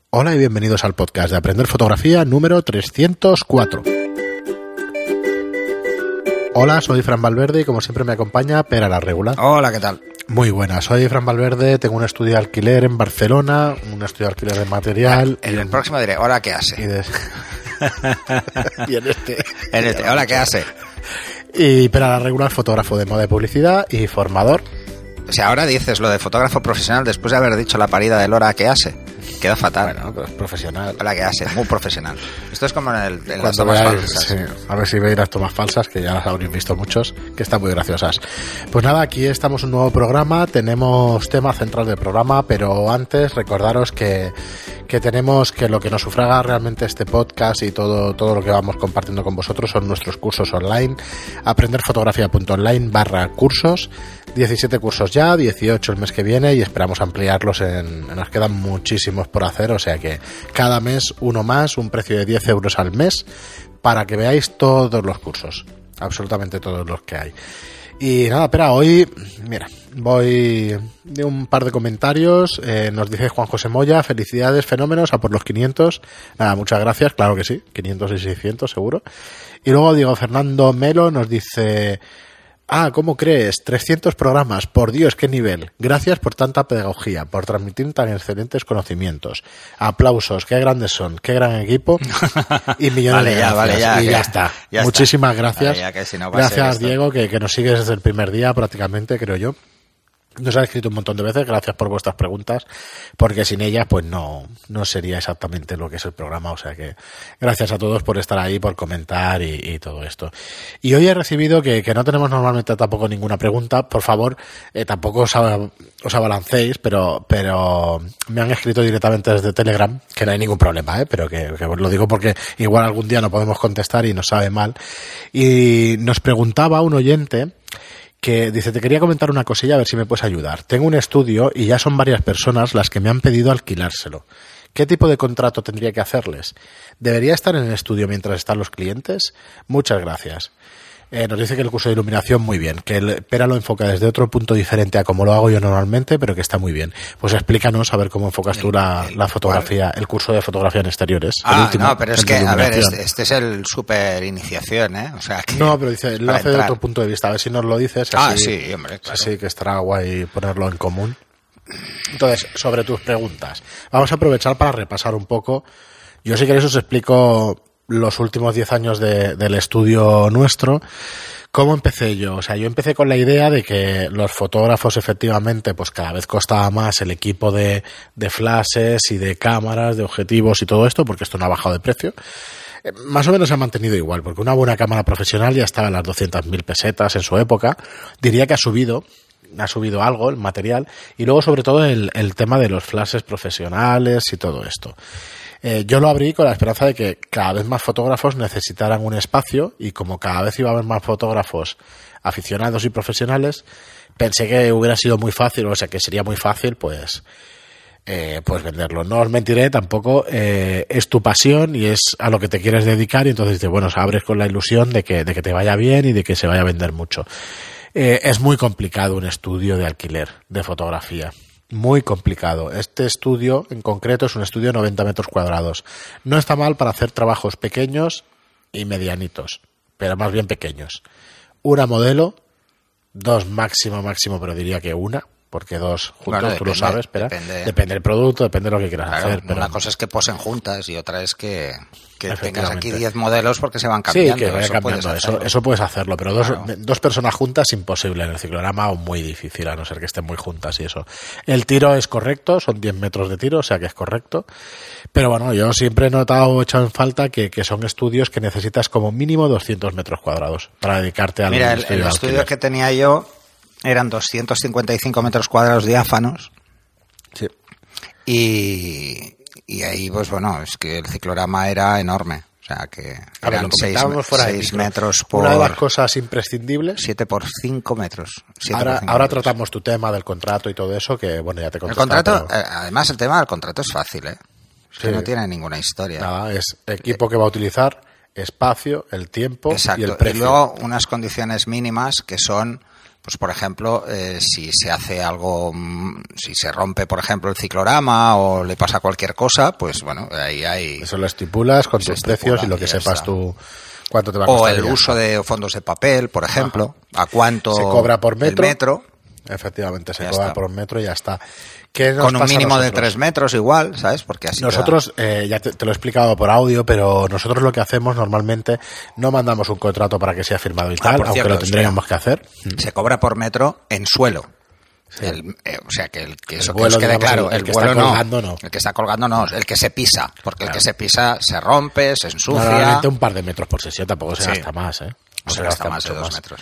Hola y bienvenidos al podcast de Aprender Fotografía número 304. Hola, soy Fran Valverde y como siempre me acompaña Pera la Regula. Hola, ¿qué tal? Muy buena, soy Fran Valverde, tengo un estudio de alquiler en Barcelona, un estudio de alquiler de material. En el próximo diré, hola, ¿qué hace? Y en este. Hola, ¿qué hace? Y Pera la Regula es fotógrafo de moda y publicidad y formador. O sea, ahora dices lo de fotógrafo profesional después de haber dicho la parida del hora que hace. Queda fatal. Bueno, pues profesional. Hola, que hace, muy profesional. Esto es como en las Cuando tomas veáis, falsas. sí, a ver si veis las tomas falsas, que ya las habréis visto muchos, que están muy graciosas. Pues nada, aquí estamos un nuevo programa, tenemos tema central del programa, pero antes recordaros que tenemos que lo que nos sufraga realmente este podcast y todo lo que vamos compartiendo con vosotros son nuestros cursos online, aprenderfotografia.online/cursos, 17 cursos ya, 18 el mes que viene y esperamos ampliarlos nos quedan muchísimos por hacer, o sea que cada mes uno más, un precio de 10 euros al mes para que veáis todos los cursos, absolutamente todos los que hay. Y nada, espera, hoy, mira, voy de un par de comentarios, nos dice Juan José Moya, felicidades, fenómenos, a por los 500, nada, muchas gracias, claro que sí, 500 y 600 seguro. Y luego Diego Fernando Melo nos dice... ¿Cómo crees? 300 programas, por Dios, qué nivel. Gracias por tanta pedagogía, por transmitir tan excelentes conocimientos. Aplausos, qué grandes son, qué gran equipo. Y millones de gracias. Vale, ya está. Muchísimas gracias. Vale, si no gracias, Diego, que nos sigues desde el primer día prácticamente, creo yo. Nos ha escrito un montón de veces, gracias por vuestras preguntas, porque sin ellas pues no sería exactamente lo que es el programa, o sea que gracias a todos por estar ahí, por comentar y todo esto. Y hoy he recibido que no tenemos normalmente tampoco ninguna pregunta, por favor, tampoco os abalancéis, pero me han escrito directamente desde Telegram, que no hay ningún problema, pero que os lo digo porque igual algún día no podemos contestar y nos sabe mal. Y nos preguntaba un oyente que dice, te quería comentar una cosilla a ver si me puedes ayudar. Tengo un estudio y ya son varias personas las que me han pedido alquilárselo. ¿Qué tipo de contrato tendría que hacerles? ¿Debería estar en el estudio mientras están los clientes? Muchas gracias. Nos dice que el curso de iluminación muy bien, que el Pera lo enfoca desde otro punto diferente a como lo hago yo normalmente, pero que está muy bien. Pues explícanos a ver cómo enfocas tú la fotografía, el curso de fotografía en exteriores. No, pero es que, a ver, este es el super iniciación, O sea, que no, pero dice, lo hace de otro punto de vista, a ver si nos lo dices. Así, sí, hombre, claro. Sí, que estará guay ponerlo en común. Entonces, sobre tus preguntas, vamos a aprovechar para repasar un poco. Yo, si queréis, os explico los últimos 10 años del estudio nuestro. ¿Cómo empecé yo? O sea, yo empecé con la idea de que los fotógrafos efectivamente pues cada vez costaba más el equipo de flashes y de cámaras, de objetivos y todo esto, porque esto no ha bajado de precio. Más o menos se ha mantenido igual, porque una buena cámara profesional ya estaba en las 200.000 pesetas en su época. Diría que ha subido algo el material y luego sobre todo el tema de los flashes profesionales y todo esto. Yo lo abrí con la esperanza de que cada vez más fotógrafos necesitaran un espacio y como cada vez iba a haber más fotógrafos aficionados y profesionales, pensé que hubiera sido muy fácil, o sea que sería muy fácil pues venderlo. No os mentiré tampoco, es tu pasión y es a lo que te quieres dedicar y entonces dices, bueno, abres con la ilusión de que te vaya bien y de que se vaya a vender mucho. Es muy complicado un estudio de alquiler de fotografía. Muy complicado. Este estudio en concreto es un estudio de 90 metros cuadrados. No está mal para hacer trabajos pequeños y medianitos, pero más bien pequeños. Una modelo, 2 máximo, pero diría que una, porque 2 juntos, bueno, tú lo sabes, espera. Depende del producto, depende de lo que quieras hacer. Pero una cosa es que posen juntas y otra es que tengas aquí 10 modelos porque se van cambiando. Sí, que vaya cambiando. Eso puedes hacerlo, pero dos personas juntas imposible en el ciclorama o muy difícil, a no ser que estén muy juntas y eso. El tiro es correcto, son 10 metros de tiro, o sea que es correcto. Pero bueno, yo siempre he echado en falta que son estudios que necesitas como mínimo 200 metros cuadrados para dedicarte al estudio. Mira, el estudio que tenía yo eran 255 metros cuadrados diáfanos. Sí. Y ahí, pues bueno, es que el ciclorama era enorme. O sea, que eran 6 metros por... Una de las cosas imprescindibles... 7 por 5 metros. Ahora tratamos tu tema del contrato y todo eso, que bueno, ya te conté. El contrato, además el tema del contrato es fácil, Es que no tiene ninguna historia. Nada, es equipo que va a utilizar, espacio, el tiempo. Exacto. Y el precio. Y luego unas condiciones mínimas que son... pues por ejemplo, si se hace algo, si se rompe, por ejemplo, el ciclorama o le pasa cualquier cosa, pues bueno, ahí hay... Eso lo estipulas con tus precios y lo que sepas tú cuánto te va a costar. O el uso de fondos de papel, por ejemplo, a cuánto se cobra por metro. El metro. Efectivamente, se cobra está. por metro y ya está. Con un mínimo de 3 metros igual, ¿sabes? Porque así nosotros, ya te lo he explicado por audio, pero nosotros lo que hacemos normalmente, no mandamos un contrato para que sea firmado y tal, aunque cierto, lo tendríamos que hacer. Se cobra por metro en suelo. Sí. O sea, que eso que os quede digamos, claro, el que está colgando no. El que está colgando no, el que se pisa, porque el que se pisa se rompe, se ensucia. Normalmente un par de metros por sesión, tampoco se gasta más, ¿eh? No se gasta más de 2 metros.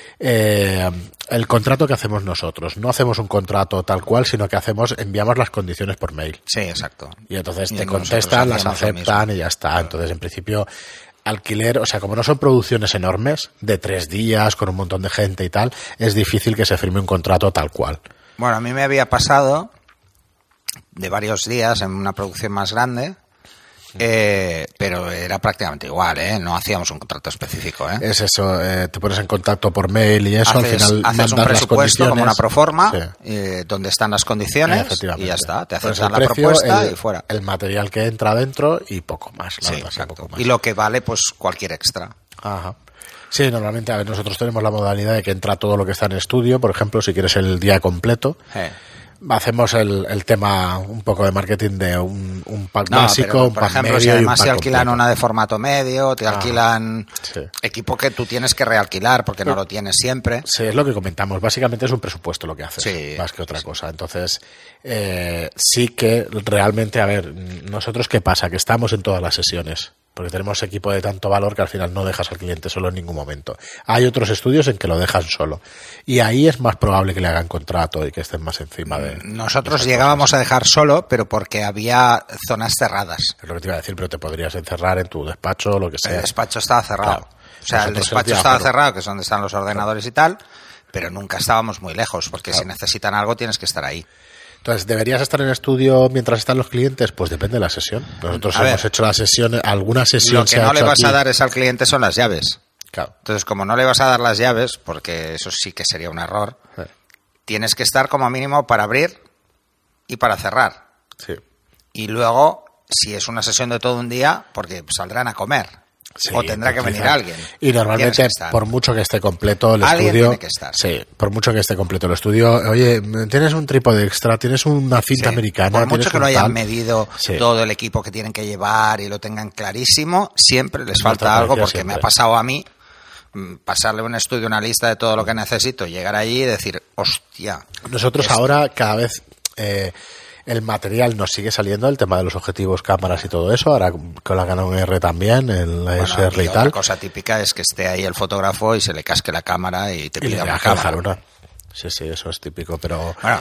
El contrato que hacemos nosotros, no hacemos un contrato tal cual, sino que enviamos las condiciones por mail. Sí, exacto. Y entonces te contestan, las aceptan y ya está. Claro. Entonces, en principio, alquiler, o sea, como no son producciones enormes, de 3 días, con un montón de gente y tal, es difícil que se firme un contrato tal cual. Bueno, a mí me había pasado de varios días en una producción más grande, pero era prácticamente igual, no hacíamos un contrato específico. Es eso, te pones en contacto por mail y eso, al final haces un presupuesto como una proforma, donde están las condiciones y ya está, te aceptan la propuesta y fuera. El material que entra dentro y poco más. Sí, exacto. Poco más. Y lo que vale, pues cualquier extra. Ajá. Sí, normalmente nosotros tenemos la modalidad de que entra todo lo que está en estudio, por ejemplo, si quieres el día completo. Hacemos el tema un poco de marketing de un pack básico, un pack ejemplo, medio. Si además y un pack te alquilan completo. una de formato medio, te alquilan equipo que tú tienes que realquilar porque no lo tienes siempre. Sí, es lo que comentamos. Básicamente es un presupuesto lo que haces, más que otra sí. cosa. Entonces, sí que realmente, a ver, nosotros ¿qué pasa? Que estamos en todas las sesiones. Porque tenemos equipo de tanto valor que al final no dejas al cliente solo en ningún momento. Hay otros estudios en que lo dejan solo. Y ahí es más probable que le hagan contrato y que estén más encima de... Nosotros llegábamos a dejar solo, pero porque había zonas cerradas. Es lo que te iba a decir, pero te podrías encerrar en tu despacho o lo que sea. El despacho estaba cerrado. Claro. O sea, el despacho estaba cerrado, que es donde están los ordenadores y tal, pero nunca estábamos muy lejos, porque si necesitan algo tienes que estar ahí. Entonces, ¿deberías estar en estudio mientras están los clientes? Pues depende de la sesión. Nosotros hemos hecho la sesión, alguna sesión se ha hecho. Lo que no le vas aquí. a dar es al cliente son las llaves. Claro. Entonces, como no le vas a dar las llaves, porque eso sí que sería un error, tienes que estar como mínimo para abrir y para cerrar. Sí. Y luego, si es una sesión de todo un día, porque saldrán a comer. Sí, o tendrá que venir alguien. Y normalmente, por mucho que esté completo el alguien estudio... tiene que estar. Sí, por mucho que esté completo el estudio... Oye, tienes un trípode extra, tienes una cinta americana... Por mucho que lo hayan medido todo el equipo que tienen que llevar y lo tengan clarísimo, siempre les falta algo, porque me ha pasado a mí pasarle un estudio, una lista de todo lo que necesito, llegar allí y decir, hostia... Nosotros ahora cada vez... el material nos sigue saliendo, el tema de los objetivos, cámaras y todo eso, ahora con la Canon R también, el SR y tal. Otra cosa típica es que esté ahí el fotógrafo y se le casque la cámara y te pida una cámara. Sí, eso es típico, pero... Bueno,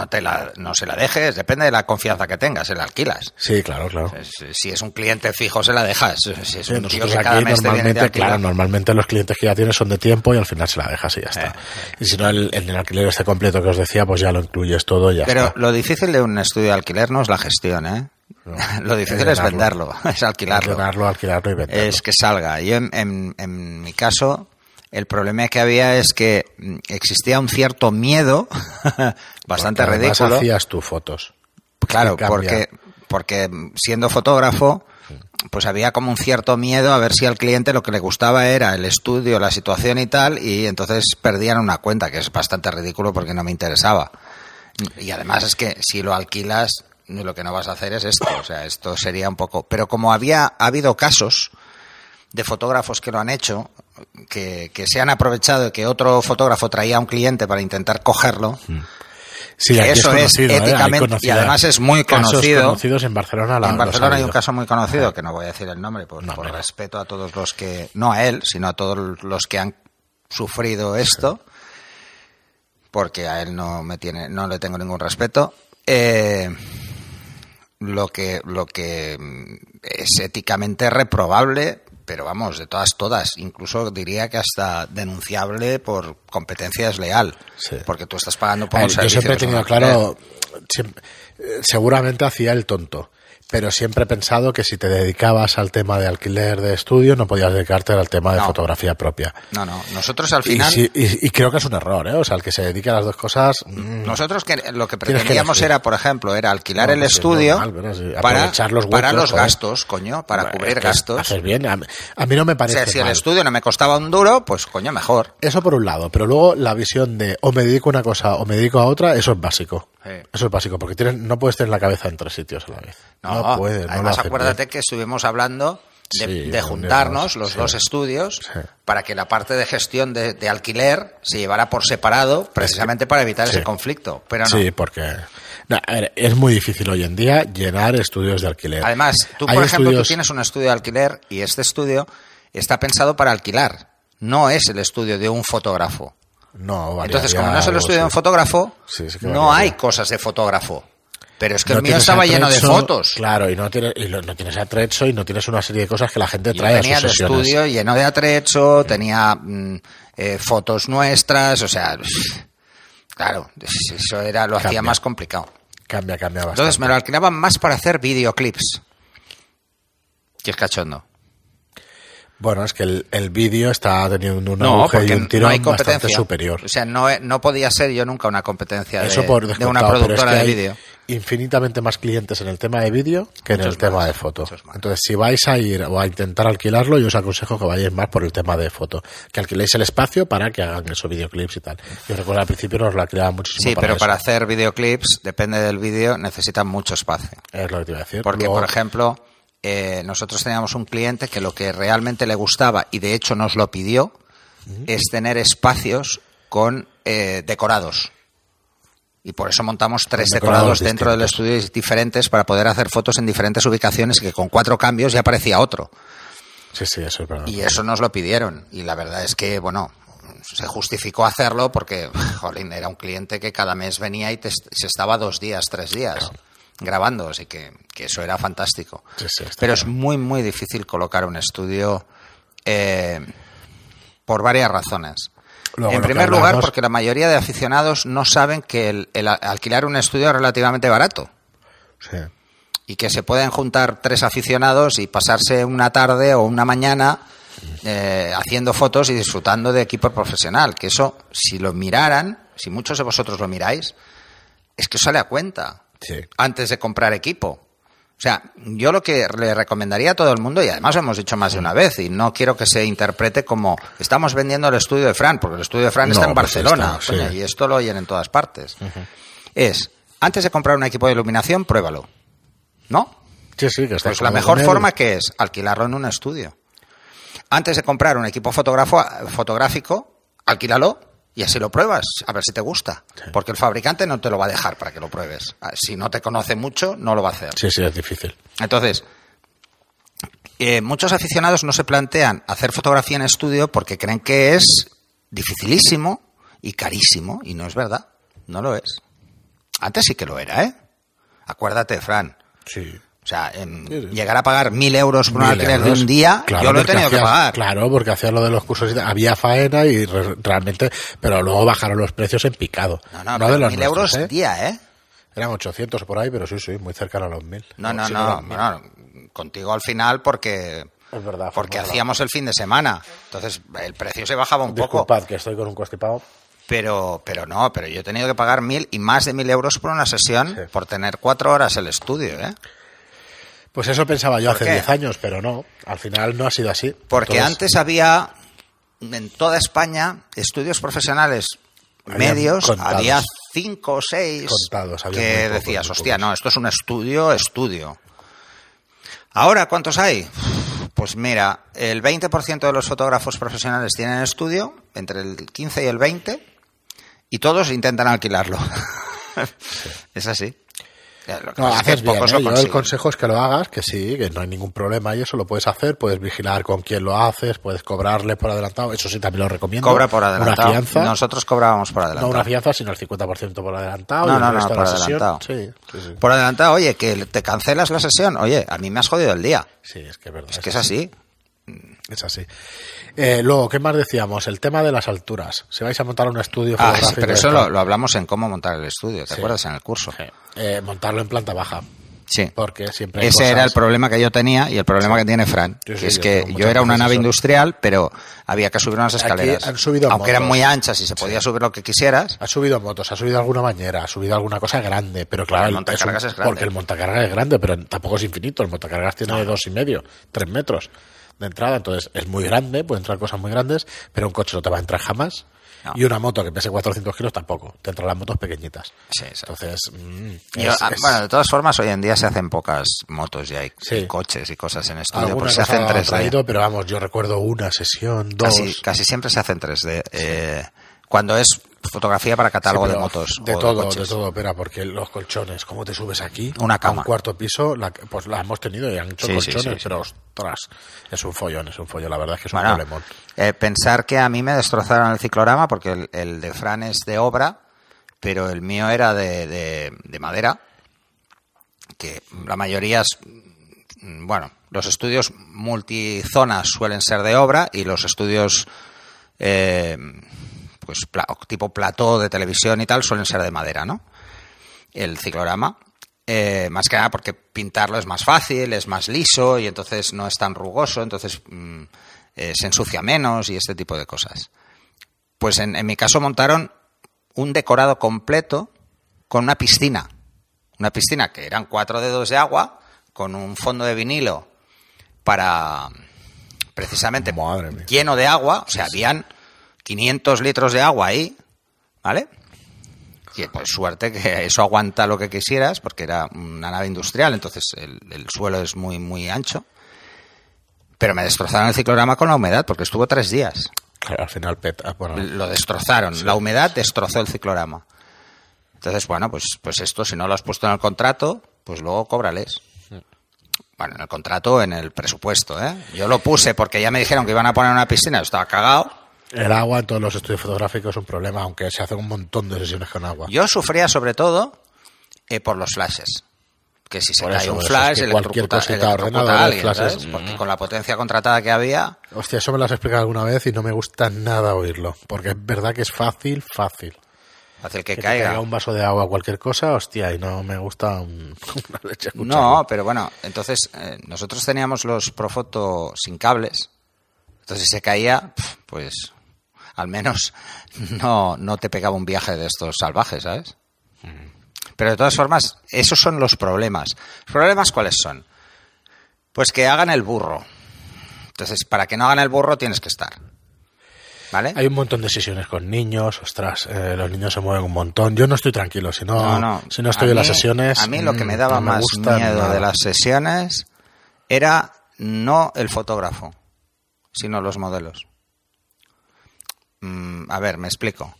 no se la dejes, depende de la confianza que tengas, se la alquilas. Sí, claro. Si es un cliente fijo, se la dejas. Si es un tío que aquí cada mes te viene de alquilar. Claro, normalmente los clientes que ya tienes son de tiempo y al final se la dejas y ya está. Y si no, el alquiler este completo que os decía, pues ya lo incluyes todo y ya está. Pero lo difícil de un estudio de alquiler no es la gestión, No. Lo difícil es venderlo, es alquilarlo. Alquilarlo y venderlo. Es que salga. Yo, en mi caso... El problema que había es que existía un cierto miedo bastante ridículo. Además hacías tú fotos. Claro, porque siendo fotógrafo, pues había como un cierto miedo a ver si al cliente lo que le gustaba era el estudio, la situación y tal, y entonces perdían una cuenta, que es bastante ridículo porque no me interesaba. Y además es que si lo alquilas, lo que no vas a hacer es esto. O sea, esto sería un poco... Pero como ha habido casos de fotógrafos que lo han hecho, que se han aprovechado de que otro fotógrafo traía a un cliente para intentar cogerlo. Sí, que eso es éticamente y además es muy conocido. Conocidos en Barcelona. En Barcelona hay un caso muy conocido, que no voy a decir el nombre por respeto a todos los que, no a él, sino a todos los que han sufrido esto, porque a él no le tengo ningún respeto. Lo que es éticamente reprobable, pero vamos, de todas, incluso diría que hasta denunciable por competencia desleal, porque tú estás pagando por un servicio. Yo siempre he tenido claro, seguramente hacía el tonto, Pero siempre he pensado que si te dedicabas al tema de alquiler de estudio, no podías dedicarte al tema de fotografía propia. No. Nosotros al final... Y creo que es un error, ¿eh? O sea, el que se dedique a las dos cosas... Nosotros lo que pretendíamos era, por ejemplo, alquilar el estudio para los gastos, coño, para cubrir gastos. Haces bien. A mí no me parece O sea, si el estudio no me costaba un duro, pues coño, mejor. Eso por un lado. Pero luego la visión de o me dedico a una cosa o me dedico a otra, eso es básico. Sí. Eso es básico, porque no puedes tener la cabeza en 3 sitios a la vez. No puedes. Además, acuérdate que estuvimos hablando de juntarnos los dos estudios para que la parte de gestión de alquiler se llevara por separado, precisamente para evitar ese conflicto. Pero no. Sí, porque... a ver, es muy difícil hoy en día llenar estudios de alquiler. Además, tú, por ejemplo, tú tienes un estudio de alquiler y este estudio está pensado para alquilar. No es el estudio de un fotógrafo. No, entonces, como no es el estudio de un fotógrafo, no hay cosas de fotógrafo. Pero es que el mío estaba lleno de fotos. Claro, y no tienes atrezzo y no tienes una serie de cosas que la gente trae a sus sesiones. Tenía el estudio lleno de atrezzo, tenía fotos nuestras, o sea, claro, eso lo hacía más complicado. Cambia bastante. Entonces me lo alquilaban más para hacer videoclips. Que es cachondo. Bueno, es que el vídeo está teniendo un auge y un tirón bastante superior. O sea, no podía ser yo nunca una competencia de una pero productora es que de hay vídeo. Infinitamente más clientes en el tema de vídeo que en el tema de foto. Entonces, si vais a ir o a intentar alquilarlo, yo os aconsejo que vayáis más por el tema de foto. Que alquiléis el espacio para que hagan esos videoclips y tal. Yo recuerdo al principio nos lo alquilaban muchísimo. Sí, pero para hacer videoclips, depende del vídeo, necesitan mucho espacio. Es lo que te iba a decir. Porque, por ejemplo... nosotros teníamos un cliente que lo que realmente le gustaba, y de hecho nos lo pidió, es tener espacios con decorados. Y por eso montamos 3 decorados dentro del estudio diferentes para poder hacer fotos en diferentes ubicaciones y que con 4 cambios ya aparecía otro. Sí, eso es verdad. Y eso nos lo pidieron. Y la verdad es que, bueno, se justificó hacerlo porque, jolín, era un cliente que cada mes venía y se estaba 2 días, 3 días. Claro. Grabando, así que eso era fantástico. Sí, pero es muy, muy difícil colocar un estudio por varias razones. Luego, en primer lugar, porque la mayoría de aficionados no saben que el alquilar un estudio es relativamente barato. Sí. Y que se pueden juntar 3 aficionados y pasarse una tarde o una mañana haciendo fotos y disfrutando de equipo profesional. Que eso, si lo miraran, si muchos de vosotros lo miráis, es que os sale a cuenta. Sí. Antes de comprar equipo. O sea, yo lo que le recomendaría a todo el mundo, y además lo hemos dicho más de una vez, y no quiero que se interprete como estamos vendiendo el estudio de Fran, porque el estudio de Fran está en Barcelona, y esto lo oyen en todas partes. Es, antes de comprar un equipo de iluminación, pruébalo. ¿No? Sí, que está. Pues la mejor forma que es alquilarlo en un estudio. Antes de comprar un equipo fotográfico, alquílalo. Y así lo pruebas, a ver si te gusta. Sí. Porque el fabricante no te lo va a dejar para que lo pruebes. Si no te conoce mucho, no lo va a hacer. Sí, es difícil. Entonces, muchos aficionados no se plantean hacer fotografía en estudio porque creen que es dificilísimo y carísimo. Y no es verdad, no lo es. Antes sí que lo era, ¿eh? Acuérdate, Fran. Sí. O sea, llegar a pagar 1.000 euros por un alquiler de un día, claro, yo lo he tenido que pagar. Claro, porque hacías lo de los cursos, había faena y realmente, pero luego bajaron los precios en picado. No de los 1.000 euros día, ¿eh? Eran 800 por ahí, pero sí, muy cercano a los 1.000. No, contigo al final porque... Es verdad. Porque hacíamos el fin de semana, entonces el precio se bajaba un poco. Disculpad que estoy con un constipado. Pero yo he tenido que pagar 1.000 y más de 1.000 euros por una sesión por tener 4 horas el estudio, ¿eh? Pues eso pensaba yo hace 10 años, pero no, al final no ha sido así. Porque antes había en toda España estudios profesionales medios, había 5 o 6 que decías, hostia, no, esto es un estudio. Ahora, ¿cuántos hay? Pues mira, el 20% de los fotógrafos profesionales tienen estudio, entre el 15 y el 20, y todos intentan alquilarlo. Sí. Es así. Haces bien, yo el consejo es que lo hagas, que sí, que no hay ningún problema y eso lo puedes hacer, puedes vigilar con quién lo haces, puedes cobrarle por adelantado, eso sí también lo recomiendo. Cobra por adelantado. Una fianza. Nosotros cobrábamos por adelantado. No una fianza, sino el 50% por adelantado. No, por adelantado. Sí. Por adelantado, oye, que te cancelas la sesión, oye, a mí me has jodido el día. Sí, es que es verdad. Es que es así. Es así. Luego, ¿qué más decíamos? El tema de las alturas. Si vais a montar un estudio fotográfico... Sí, pero eso lo hablamos en cómo montar el estudio, ¿te acuerdas? En el curso. Sí. Montarlo en planta baja. Sí. Porque siempre hay ese cosas... era el problema que yo tenía y el problema que tiene Fran, que es que yo era una nave industrial, pero había que subir unas escaleras. Han subido aunque motos. eran muy anchas y se podía subir lo que quisieras. Ha subido motos, ha subido alguna bañera, ha subido alguna cosa grande, pero claro, el montacargas es grande. Porque el montacargas es grande, pero tampoco es infinito. El montacargas tiene 2,5, 3 metros de entrada, entonces es muy grande, puede entrar cosas muy grandes, pero un coche no te va a entrar jamás. No. Y una moto que pese 400 kilos tampoco. Te entran las motos pequeñitas. Sí, exacto. Entonces... Bueno, de todas formas, hoy en día se hacen pocas motos y hay coches y cosas en estudio. Pues se hacen 3D. Traído, pero vamos, yo recuerdo una sesión, 2... Casi siempre se hacen 3D. Cuando es fotografía para catálogo de motos. De todo, pero porque los colchones, ¿cómo te subes aquí? Una cama. A un cuarto piso, pues la hemos tenido y han hecho colchones, pero ostras, es un follón, la verdad es que es un problemón. Pensar que a mí me destrozaron el ciclorama porque el de Fran es de obra, pero el mío era de madera, que la mayoría es, bueno, los estudios multizonas suelen ser de obra y los estudios pues tipo plató de televisión y tal suelen ser de madera, ¿no? El ciclorama, más que nada porque pintarlo es más fácil, es más liso y entonces no es tan rugoso, entonces se ensucia menos y este tipo de cosas. Pues en mi caso montaron un decorado completo con una piscina que eran 4 dedos de agua con un fondo de vinilo para precisamente lleno de agua, o sea, habían 500 litros de agua ahí, ¿vale? Y pues suerte que eso aguanta lo que quisieras, porque era una nave industrial, entonces el suelo es muy, muy ancho. Pero me destrozaron el ciclorama con la humedad, porque estuvo 3 días. Claro, al final peta. Bueno. Lo destrozaron, sí. La humedad destrozó el ciclorama. Entonces, bueno, pues esto, si no lo has puesto en el contrato, pues luego cóbrales. Bueno, en el contrato, en el presupuesto, ¿eh? Yo lo puse porque ya me dijeron que iban a poner una piscina, yo estaba cagado. El agua en todos los estudios fotográficos es un problema, aunque se hacen un montón de sesiones con agua. Yo sufría sobre todo por los flashes. Que si se cae un flash, electrocuta a alguien, ¿sabes? Porque con la potencia contratada que había... Hostia, eso me lo has explicado alguna vez y no me gusta nada oírlo. Porque es verdad que es fácil. Fácil que te caiga. Un vaso de agua, cualquier cosa, hostia, y no me gusta una leche escucharlo. No, pero bueno, entonces nosotros teníamos los Profoto sin cables. Entonces si se caía, pues al menos no te pegaba un viaje de estos salvajes, ¿sabes? Pero de todas formas, esos son los problemas. ¿Los problemas cuáles son? Pues que hagan el burro. Entonces, para que no hagan el burro tienes que estar. ¿Vale? Hay un montón de sesiones con niños, ostras, los niños se mueven un montón. Yo no estoy tranquilo, si no estoy en las sesiones... A mí lo que me daba más miedo de las sesiones era no el fotógrafo, sino los modelos. A ver, me explico.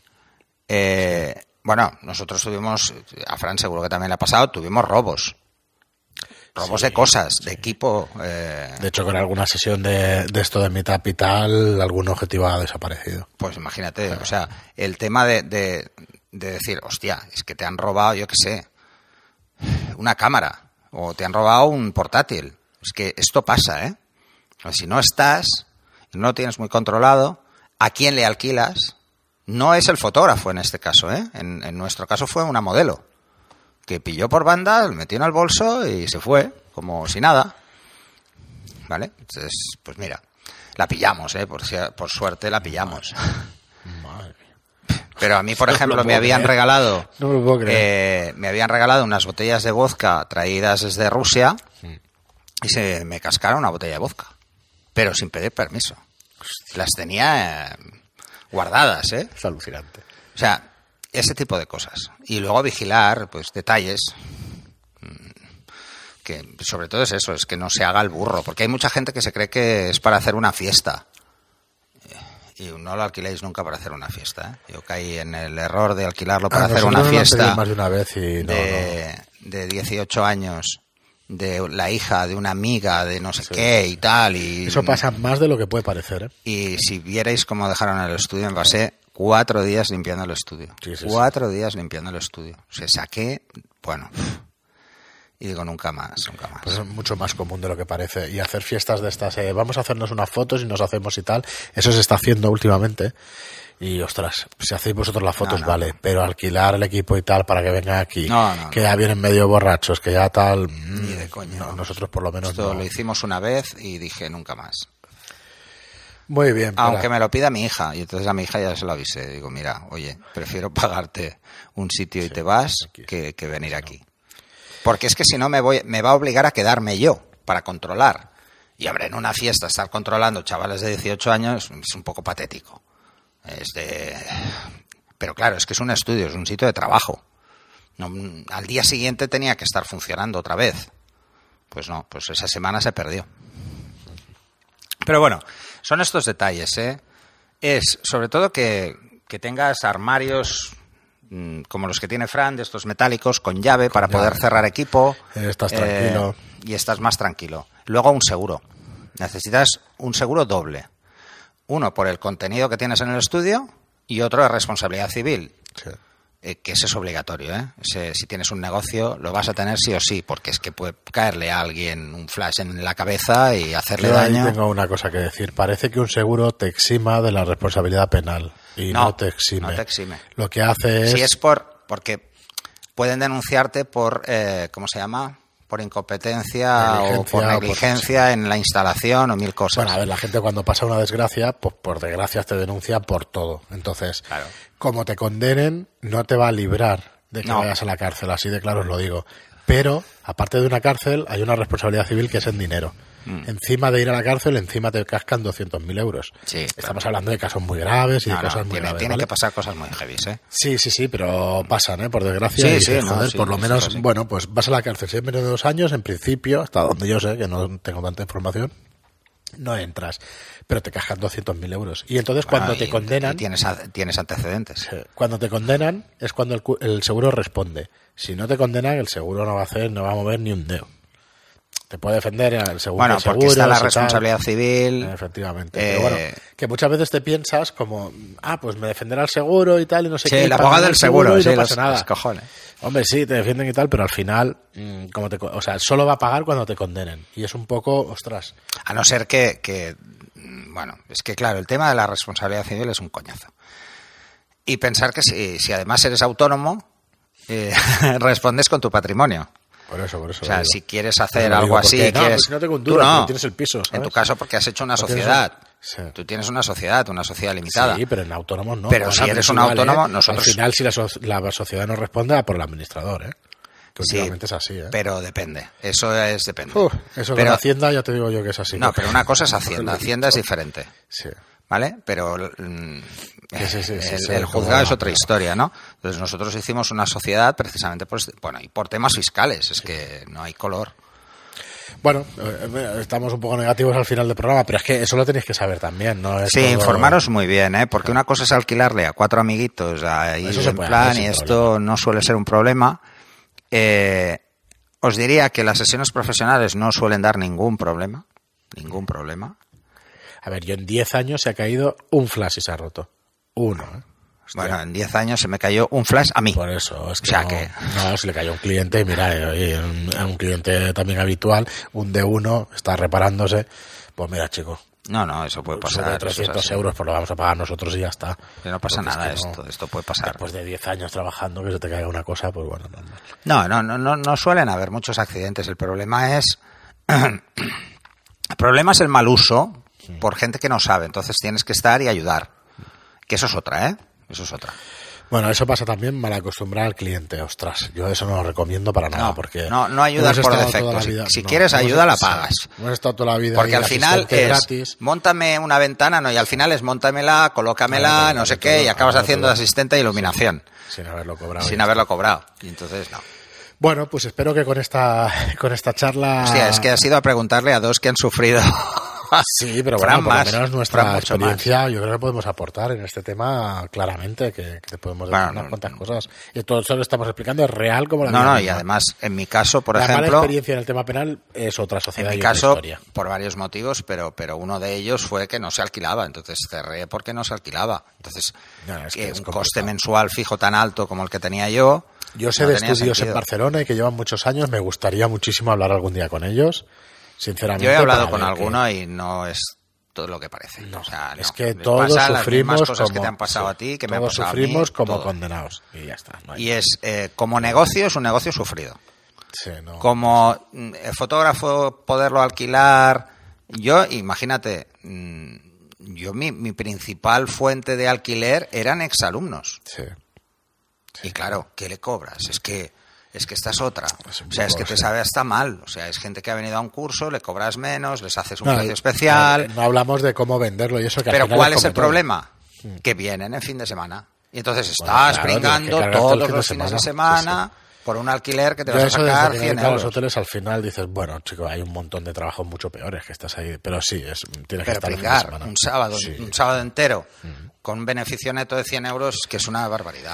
Bueno, nosotros tuvimos, a Fran seguro que también le ha pasado, tuvimos robos de cosas, de equipo. De hecho, con alguna sesión de esto de Meetup y tal, algún objetivo ha desaparecido. Pues imagínate, o sea, el tema de decir, hostia, es que te han robado, yo qué sé, una cámara, o te han robado un portátil. Es que esto pasa, ¿eh? O sea, si no estás, no lo tienes muy controlado, ¿a quién le alquilas? No es el fotógrafo en este caso, ¿eh? En nuestro caso fue una modelo que pilló por banda, lo metió en el bolso y se fue, como si nada. ¿Vale? Entonces, pues mira, la pillamos, ¿eh? Por suerte la pillamos. Madre mía. Pero a mí, por ejemplo, me habían regalado... No me lo puedo creer. Me habían regalado unas botellas de vodka traídas desde Rusia y se me cascaron una botella de vodka. Pero sin pedir permiso. Hostia. Las tenía... guardadas, ¿eh? Es alucinante. O sea, ese tipo de cosas. Y luego vigilar, pues, detalles. Que sobre todo es eso, es que no se haga el burro. Porque hay mucha gente que se cree que es para hacer una fiesta. Y no lo alquiléis nunca para hacer una fiesta, ¿eh? Yo caí en el error de alquilarlo para hacer una fiesta más de una vez y de 18 años. De la hija de una amiga de no sé qué y tal. Y eso pasa más de lo que puede parecer, ¿eh? Y si vierais cómo dejaron el estudio, me pasé 4 días limpiando el estudio. 4 días limpiando el estudio. O sea, saqué, bueno, y digo, nunca más. Pues es mucho más común de lo que parece. Y hacer fiestas de estas, vamos a hacernos unas fotos y nos hacemos y tal, eso se está haciendo últimamente. Y, ostras, si hacéis vosotros las fotos, vale, pero alquilar el equipo y tal para que venga aquí, que ya vienen medio borrachos, que ya tal... Ni de coña. Nosotros por lo menos Esto lo hicimos una vez y dije nunca más. Muy bien. Aunque me lo pida mi hija, y entonces a mi hija ya se lo avisé. Digo, mira, oye, prefiero pagarte un sitio y te vas que venir aquí. Porque es que si no me va a obligar a quedarme yo para controlar. Y hombre, en una fiesta estar controlando chavales de 18 años es un poco patético. Pero claro, es que es un estudio, es un sitio de trabajo. No, al día siguiente tenía que estar funcionando otra vez. Pues no, pues esa semana se perdió. Pero bueno, son estos detalles, ¿eh? Es sobre todo que tengas armarios como los que tiene Fran, de estos metálicos, con llave para poder cerrar equipo. Estás tranquilo. Y estás más tranquilo. Luego un seguro. Necesitas un seguro doble. Uno por el contenido que tienes en el estudio y otro de responsabilidad civil. Sí. Que ese es obligatorio, ¿eh? Si tienes un negocio lo vas a tener sí o sí, porque es que puede caerle a alguien un flash en la cabeza y hacerle daño. Yo tengo una cosa que decir. Parece que un seguro te exima de la responsabilidad penal y no te exime. No te exime. Lo que hace es... Si es porque pueden denunciarte por, ¿cómo se llama? Por incompetencia o por negligencia en la instalación o mil cosas. Bueno, a ver, la gente cuando pasa una desgracia, pues por desgracia te denuncia por todo. Entonces, claro, como te condenen, no te va a librar de que vayas a la cárcel, así de claro os lo digo. Pero, aparte de una cárcel, hay una responsabilidad civil que es en dinero. Encima de ir a la cárcel, encima te cascan 200.000 euros. Sí, Estamos hablando de casos muy graves y de cosas muy graves. Tienen ¿vale? que pasar cosas muy heavy, ¿eh? Sí, pero pasan, por desgracia. Sí, por lo menos, bueno, pues vas a la cárcel siempre de 2 años, en principio, hasta donde yo sé, que no tengo tanta información, no entras, pero te cascan 200.000 euros. Y entonces cuando te condenan... Tienes antecedentes. Cuando te condenan es cuando el seguro responde. Si no te condenan, el seguro no va a mover ni un dedo. Te puede defender el seguro. Bueno, porque está la responsabilidad civil. Efectivamente. Pero bueno, que muchas veces te piensas como, pues me defenderá el seguro y tal, y no sé qué. Sí, el abogado del seguro, y no pasa nada. Los cojones. Hombre, sí, te defienden y tal, pero al final, solo va a pagar cuando te condenen. Y es un poco, ostras. A no ser que bueno, es que claro, el tema de la responsabilidad civil es un coñazo. Y pensar que si además eres autónomo, respondes con tu patrimonio. Por eso. O sea, si quieres hacer algo así... No tengo un duro, tú tienes el piso, ¿sabes? En tu caso, porque has hecho una sociedad. Tú tienes una sociedad limitada. Sí, pero en autónomos no. Pero si eres un autónomo, nosotros... Al final, si la sociedad no responde, va por el administrador, ¿eh? Que últimamente es así, ¿eh? Pero depende. Eso depende. Eso con Hacienda ya te digo yo que es así. No, pero una cosa es Hacienda. Hacienda es diferente. Sí. ¿Vale? Pero el juzgado es otra historia, ¿no? Entonces nosotros hicimos una sociedad precisamente y por temas fiscales, es que no hay color. Bueno, estamos un poco negativos al final del programa, pero es que eso lo tenéis que saber también, ¿no? Informaros muy bien, ¿eh? Porque una cosa es alquilarle a 4 amiguitos ahí en plan, y esto no suele ser un problema. Os diría que las sesiones profesionales no suelen dar ningún problema. A ver, yo en 10 años se ha caído un flash y se ha roto. Uno, ¿eh? Bueno, en 10 años se me cayó un flash a mí. Por eso, es que no, se le cayó un cliente, mira, un cliente también habitual, un D1, está reparándose, pues mira, chico. No, eso puede pasar. Sobre 300 euros, pues lo vamos a pagar nosotros y ya está. Pero no pasa nada, esto puede pasar. Después de 10 años trabajando, que se te caiga una cosa, pues bueno, normal. No suelen haber muchos accidentes. El problema es el mal uso por gente que no sabe. Entonces tienes que estar y ayudar. Que eso es otra, ¿eh? Eso es otra. Bueno, eso pasa también mal acostumbrar al cliente. Ostras, yo eso no lo recomiendo para nada. Porque no ayudas por defecto. Si quieres ayuda, la pagas. Hemos estado toda la vida. Porque al final es gratis. Móntame una ventana, y al final es móntamela, colócamela, no sé qué, y acabas haciendo de asistente de iluminación. Sin haberlo cobrado. Sin haberlo cobrado. Y entonces no. Bueno, pues espero que con esta charla... Hostia, es que has ido a preguntarle a 2 que han sufrido... Sí, pero bueno, por lo menos nuestra experiencia yo creo que podemos aportar en este tema claramente, que podemos decir unas cuantas cosas. Y todo eso que estamos explicando es real como la vida. Y además, en mi caso, por ejemplo... La mala experiencia en el tema penal es otra sociedad. En mi caso, por varios motivos, pero uno de ellos fue que no se alquilaba. Entonces cerré porque no se alquilaba. Entonces, un coste mensual fijo tan alto como el que tenía yo... Yo sé de estudios en Barcelona y que llevan muchos años. Me gustaría muchísimo hablar algún día con ellos. Sinceramente. Yo he hablado con alguno y no es todo lo que parece. No, o sea, es que todos sufrimos las cosas como, que te han pasado a ti, que me han pasado sufrimos a mí, como todo. condenados y ya está. No hay Y es como negocio, es un negocio sufrido. Sí, no. Como fotógrafo, poderlo alquilar. Yo, imagínate, mi principal fuente de alquiler eran exalumnos. Sí. Y claro, ¿qué le cobras? Es que esta es otra. Es Es que te sabe hasta mal. O sea, es gente que ha venido a un curso, le cobras menos, les haces un No, precio especial. No hablamos de cómo venderlo y eso que al Pero final ¿cuál es como el todo. problema? Que vienen en fin de semana. Y entonces Bueno, estás claro, tienes pringando que cargarte el todos fin de los fines de semana. semana por un alquiler que te Yo vas a eso desde sacar que me 100 dedico a los euros. hoteles al final dices, bueno, chico, hay un montón de trabajos mucho peores que estás ahí. Pero sí, tienes que Pero estar el fin de pringar semana. un sábado entero con un beneficio neto de 100 euros, que es una barbaridad.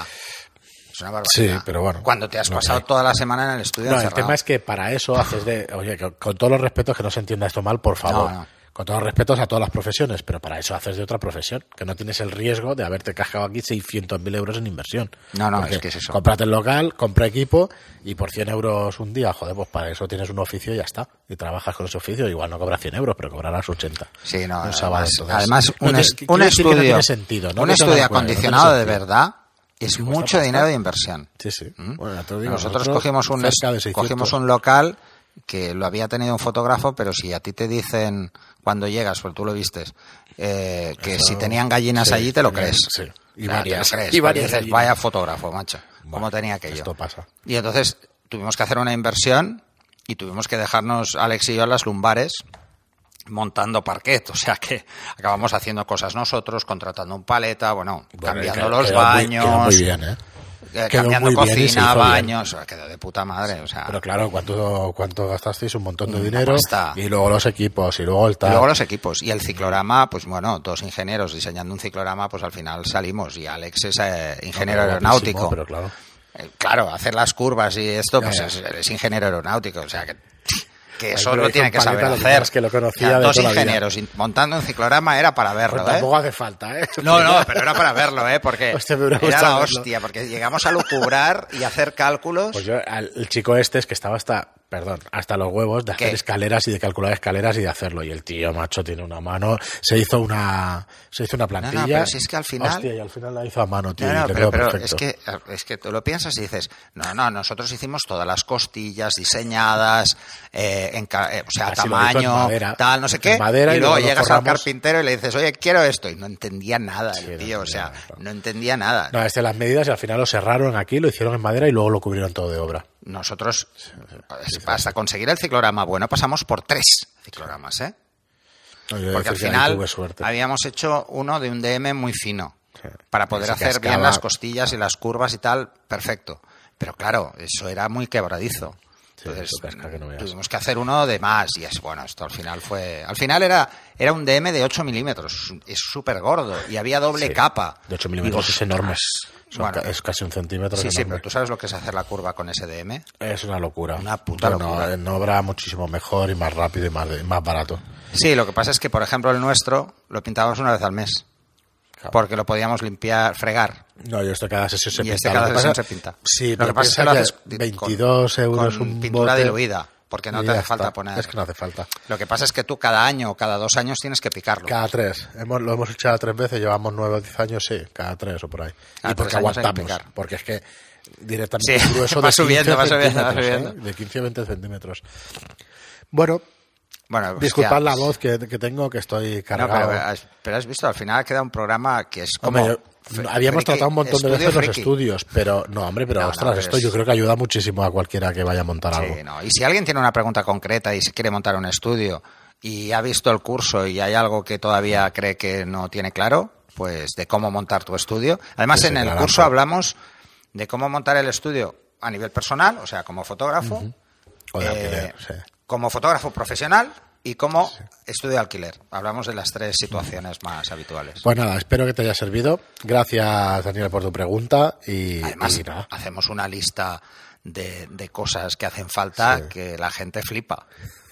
Es una barbaridad. Sí, pero bueno, Cuando te has lo que pasado hay. toda la semana en el estudio No, el encerrado. tema es que para eso haces oye, con todos los respetos, que no se entienda esto mal, por favor. No. Con todos los respetos a todas las profesiones, pero para eso haces de otra profesión, que no tienes el riesgo de haberte cascado aquí 600.000 euros en inversión. No, Porque es que es eso. cómprate el local, compra equipo y por 100 euros un día, joder, pues para eso tienes un oficio y ya está. Y trabajas con ese oficio, igual no cobras 100 euros, pero cobrarás 80. Sí, no, Un sábado, entonces. además No, un quiero decir que no estudio, tiene sentido, ¿no? un Que te estudio das cuenta, acondicionado no de tiene sentido. verdad es Sí, cuesta mucho pasta. dinero de inversión. Sí, sí. Bueno, ya te lo digo, Nosotros cogimos cerca de 600. un local que lo había tenido un fotógrafo, pero si a ti te dicen cuando llegas, porque tú lo vistes, que Eso, si tenían gallinas sí, allí, te lo tenían, crees. sí. Y O sea, varias, te lo crees. y Porque varias dices, gallinas. vaya fotógrafo, macho. ¿Cómo Bueno, tenía aquello? Esto pasa. Y entonces tuvimos que hacer una inversión y tuvimos que dejarnos, Alex y yo, las lumbares montando parquet. O sea que acabamos haciendo cosas nosotros, contratando un paleta, cambiando los baños. Quedó muy bien, ¿eh? Quedó Cambiando muy bien y se cocina, hizo bien. baños, quedó de puta madre, o sea. Pero claro, ¿cuánto gastasteis? Un montón de Una dinero. pasta. Y luego los equipos, y luego el Y tal. luego los equipos. Y el ciclorama, pues bueno, dos ingenieros diseñando un ciclorama, pues al final salimos. Y Alex es ingeniero Pero aeronáutico. guapísimo, Pero claro. Claro, hacer las curvas y esto, pues Ya. es ingeniero aeronáutico. O sea que eso Ay, lo pero tiene con que saber paleta, lo hacer. es que lo conocía O sea, de dos toda la vida. ingenieros montando un ciclorama era para verlo, Pues tampoco hace falta, ¿eh? No, pero era para verlo, porque Hostia, me hubiera era gustado la verlo. hostia, porque llegamos a lucubrar y hacer cálculos. Pues yo, el chico este es que estaba hasta los huevos de hacer ¿Qué? escaleras y de calcular escaleras y de hacerlo. Y el tío, macho, tiene una mano. Se hizo una plantilla. pero si es que al final- Hostia, y al final la hizo a mano, tío. No, y le pero quedó perfecto. es que tú lo piensas y dices, no, nosotros hicimos todas las costillas diseñadas, o sea, Así lo hizo en tamaño, madera. tal, no sé En qué, madera y y luego luego lo llegas al forramos. carpintero y le dices, oye, quiero esto, y no entendía nada Sí, el no tío, o entendía sea, nada, claro. no entendía nada. No, las medidas y al final lo cerraron aquí, lo hicieron en madera y luego lo cubrieron todo de obra. Nosotros, hasta conseguir el ciclorama bueno, pasamos por 3 cicloramas, ¿eh? No, yo Porque al decir que ahí final tuve suerte. habíamos hecho uno de un DM muy fino Sí. para poder Se hacer bien cascaba. las costillas y las curvas y tal, perfecto. Pero claro, eso era muy quebradizo. Sí, Entonces eso casca que no veas. tuvimos que hacer uno de más y esto al final era un DM de 8 milímetros, es súper gordo y había doble Sí. capa. De 8 milímetros Digo, es enorme. Bueno, Es casi un centímetro. sí, es sí, enorme. pero tú sabes lo que es hacer la curva con ese DM. Es una locura. Una puta Pero locura. No habrá muchísimo mejor y más rápido y más barato. Sí, lo que pasa es que, por ejemplo, el nuestro lo pintábamos una vez al mes. Claro. Porque lo podíamos limpiar, fregar. No, yo esto cada sesión se Y pinta. este cada Lo que sesión pasa- se pinta. Sí, Lo pero que pasa es que piensa lo haces 22 euros con un pintura bote, diluida, porque no y te ya hace falta está. poner. Es que no hace falta. Lo que pasa es que tú cada año o cada 2 años tienes que picarlo. Cada 3. Lo hemos echado 3 veces, llevamos 9 o 10 años, sí, cada 3 o por ahí. Cada Y porque 3 años hay que aguantamos, picar. porque es que directamente Sí, grueso va de 15 subiendo, va subiendo, va centímetros, subiendo. De 15 a 20 centímetros. Bueno, Bueno, pues disculpad ya, la voz que tengo, que estoy No, cargado. pero has visto, al final ha quedado un programa que es como... Hombre, habíamos friki, tratado un montón de estudio veces los friki. estudios, pero no, hombre, pero No, ostras, pero esto es- yo creo que ayuda muchísimo a cualquiera que vaya a montar algo. Sí, no. Y si alguien tiene una pregunta concreta y se quiere montar un estudio y ha visto el curso y hay algo que todavía cree que no tiene claro, pues de cómo montar tu estudio. Además, Sí, en el claro. curso hablamos de cómo montar el estudio a nivel personal, o sea, como fotógrafo, O de alquiler, sí. como fotógrafo profesional y como estudio de alquiler. Hablamos de las 3 situaciones más habituales. Pues nada, espero que te haya servido. Gracias, Daniel, por tu pregunta. Y Además, y nada. hacemos una lista de cosas que hacen falta Sí. que la gente flipa.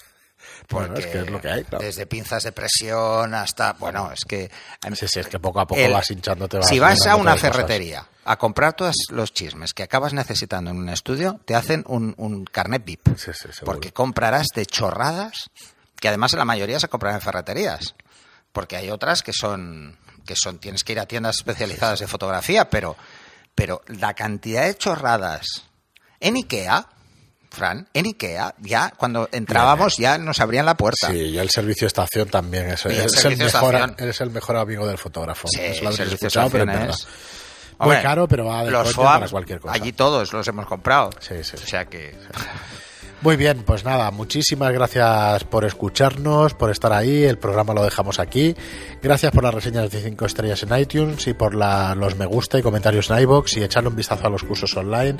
Bueno, es que es lo que hay, claro. Desde pinzas de presión hasta... Bueno, es que... Sí, es que poco a poco vas hinchándote. Si vas a llenándote una de cosas. ferretería a comprar todos los chismes que acabas necesitando en un estudio, te hacen un carnet VIP. Sí, seguro. Porque comprarás de chorradas, que además en la mayoría se compran en ferreterías. porque hay otras que son tienes que ir a tiendas especializadas de fotografía, pero la cantidad de chorradas en IKEA, Fran, ya cuando entrábamos ya nos abrían la puerta. Sí, y el servicio de estación también es el mejor amigo del fotógrafo. Sí, eso lo habréis escuchado, pero es verdad. Muy caro, pero va de los coña para cualquier cosa. Allí todos los hemos comprado. Sí. O sea que... Muy bien, pues nada, muchísimas gracias por escucharnos, por estar ahí, el programa lo dejamos aquí. Gracias por las reseñas de 5 estrellas en iTunes y por los me gusta y comentarios en iVoox, y echarle un vistazo a los cursos online,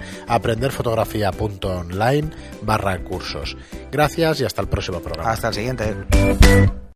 aprenderfotografía.online/cursos. Gracias y hasta el próximo programa. Hasta el siguiente.